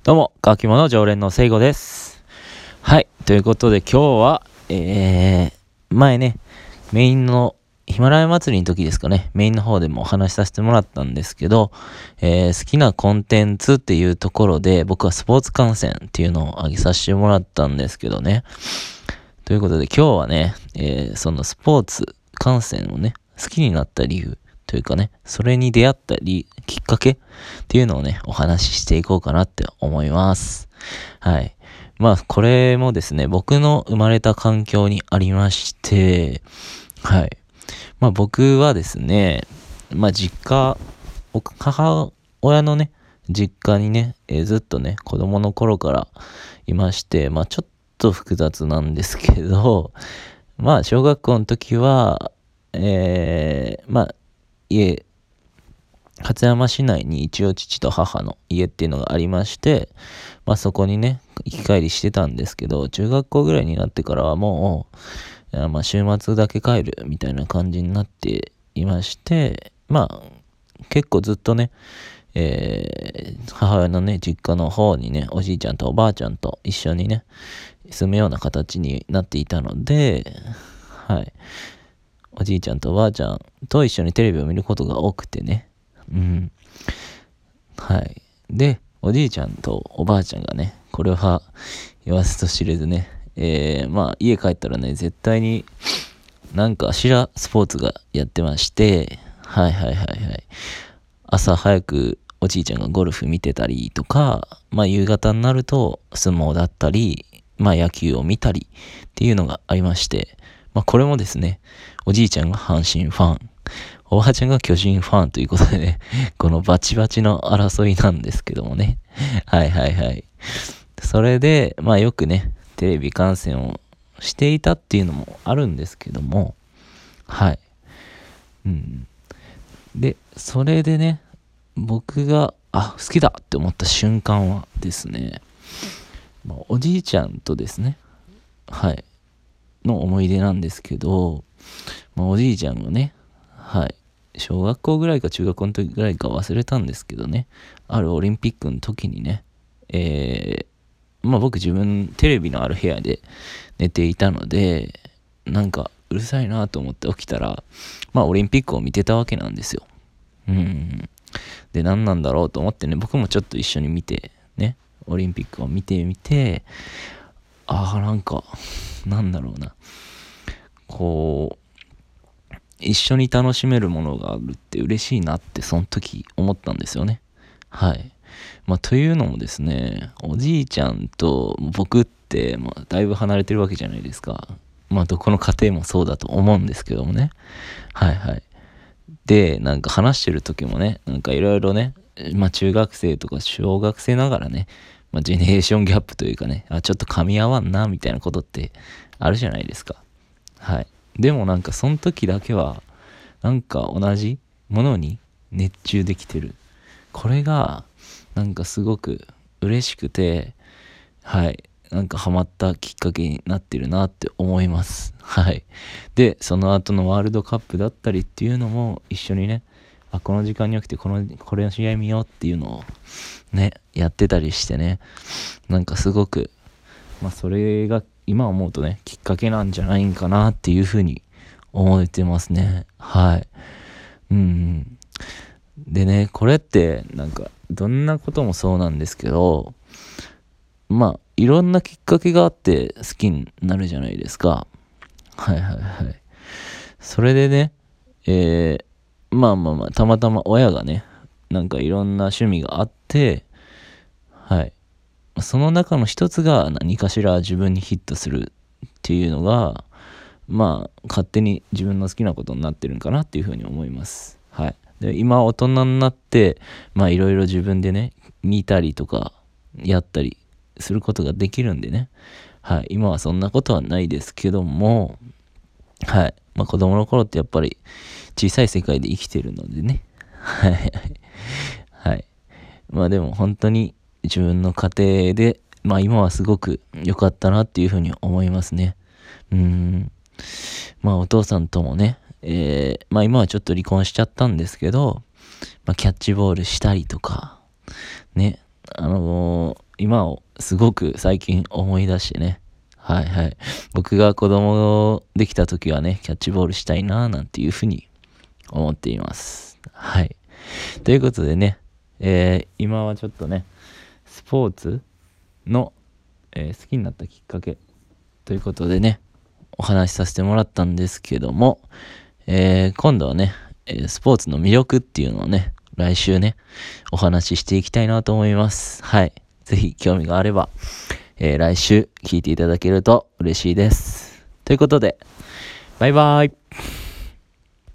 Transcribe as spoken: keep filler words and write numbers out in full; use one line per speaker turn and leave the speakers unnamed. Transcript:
どうも、乾き物常連のせいごです。はい、ということで今日は、えー、前ね、メインのヒマラヤ祭りの時ですかね、メインの方でもお話しさせてもらったんですけど、えー、好きなコンテンツっていうところで、僕はスポーツ観戦っていうのを挙げさせてもらったんですけどね。ということで今日はね、えー、そのスポーツ観戦をね、好きになった理由というかね、それに出会ったりきっかけっていうのをね、お話ししていこうかなって思います。はい。まあ、これもですね、僕の生まれた環境にありまして、はい。まあ僕はですね、まあ実家、母親のね、実家にね、えーずっとね、子供の頃からいまして、まあちょっと複雑なんですけど、まあ小学校の時は、えー、まあ家、勝山市内に一応父と母の家っていうのがありまして、まあそこにね、行き帰りしてたんですけど、中学校ぐらいになってからはもう、いやまあ週末だけ帰るみたいな感じになっていまして、まあ結構ずっとね、えー、母親のね、実家の方にね、おじいちゃんとおばあちゃんと一緒にね、住むような形になっていたので、はい。おじいちゃんとおばあちゃんと一緒にテレビを見ることが多くてね。うん。はい。で、おじいちゃんとおばあちゃんがね、これは言わずと知れずね、えー、まあ家帰ったらね、絶対になんかしらスポーツがやってまして、はいはいはいはい。朝早くおじいちゃんがゴルフ見てたりとか、まあ夕方になると相撲だったり、まあ野球を見たりっていうのがありまして、まあこれもですね、おじいちゃんが阪神ファン、おばあちゃんが巨人ファンということでね、このバチバチの争いなんですけどもね。はいはいはい。それで、まあよくね、テレビ観戦をしていたっていうのもあるんですけども、はい。うん。で、それでね、僕が、あ、好きだって思った瞬間はですね、まあ、おじいちゃんとですね、はい、の思い出なんですけど、まあ、おじいちゃんがね、はい、小学校ぐらいか中学校の時ぐらいか忘れたんですけどね、あるオリンピックの時にね、えー、まあ僕自分テレビのある部屋で寝ていたので、なんかうるさいなと思って起きたら、まあオリンピックを見てたわけなんですよ。うん。で、何なんだろうと思ってね、僕もちょっと一緒に見て、ね、オリンピックを見てみて、ああ、なんか、なんだろうな。こう、一緒に楽しめるものがあるって嬉しいなって、その時思ったんですよね。はい。まあ、というのもですね、おじいちゃんと僕って、まあ、だいぶ離れてるわけじゃないですか。まあ、どこの家庭もそうだと思うんですけどもね。はいはい。で、なんか話してる時もね、なんかいろいろね、まあ中学生とか小学生ながらね、まあジェネレーションギャップというかね、あ、ちょっと噛み合わんな、みたいなことってあるじゃないですか。はい。でもなんかその時だけは、なんか同じものに熱中できてる。これが、なんかすごく嬉しくて、はい。なんかハマったきっかけになってるなって思います。はい。で、その後のワールドカップだったりっていうのも一緒にね、あ、この時間に起きてこの、これの試合見ようっていうのをね、やってたりしてね、なんかすごく、まあそれが今思うとね、きっかけなんじゃないんかなっていうふうに思ってますね。はい。うん、うん。でね、これってなんかどんなこともそうなんですけど、まあ、いろんなきっかけがあって好きになるじゃないですか。はいはいはい。それでね、えー、まあまあまあ、たまたま親がね、なんかいろんな趣味があって、はい。その中の一つが何かしら自分にヒットするっていうのが、まあ、勝手に自分の好きなことになってるんかなっていうふうに思います。はい。で、今大人になって、まあいろいろ自分でね、見たりとか、やったりすることができるんでね。はい。今はそんなことはないですけども、はい。まあ子供の頃ってやっぱり小さい世界で生きてるのでね。はい。はい。まあでも本当に自分の家庭で、まあ今はすごく良かったなっていうふうに思いますね。うーん。まあお父さんともね、えー、まあ今はちょっと離婚しちゃったんですけど、まあキャッチボールしたりとか、ね、あの今をすごく最近思い出してね。はいはい。僕が子供できた時はね、キャッチボールしたいななんていうふうに思っています。はい。ということでね、えー、今はちょっとね、スポーツの、えー好きになったきっかけということでね、お話しさせてもらったんですけども、えー今度はね、えースポーツの魅力っていうのをね、来週ね、お話ししていきたいなと思います。はい。ぜひ興味があれば、えー来週聞いていただけると嬉しいです。ということで、バイバーイ。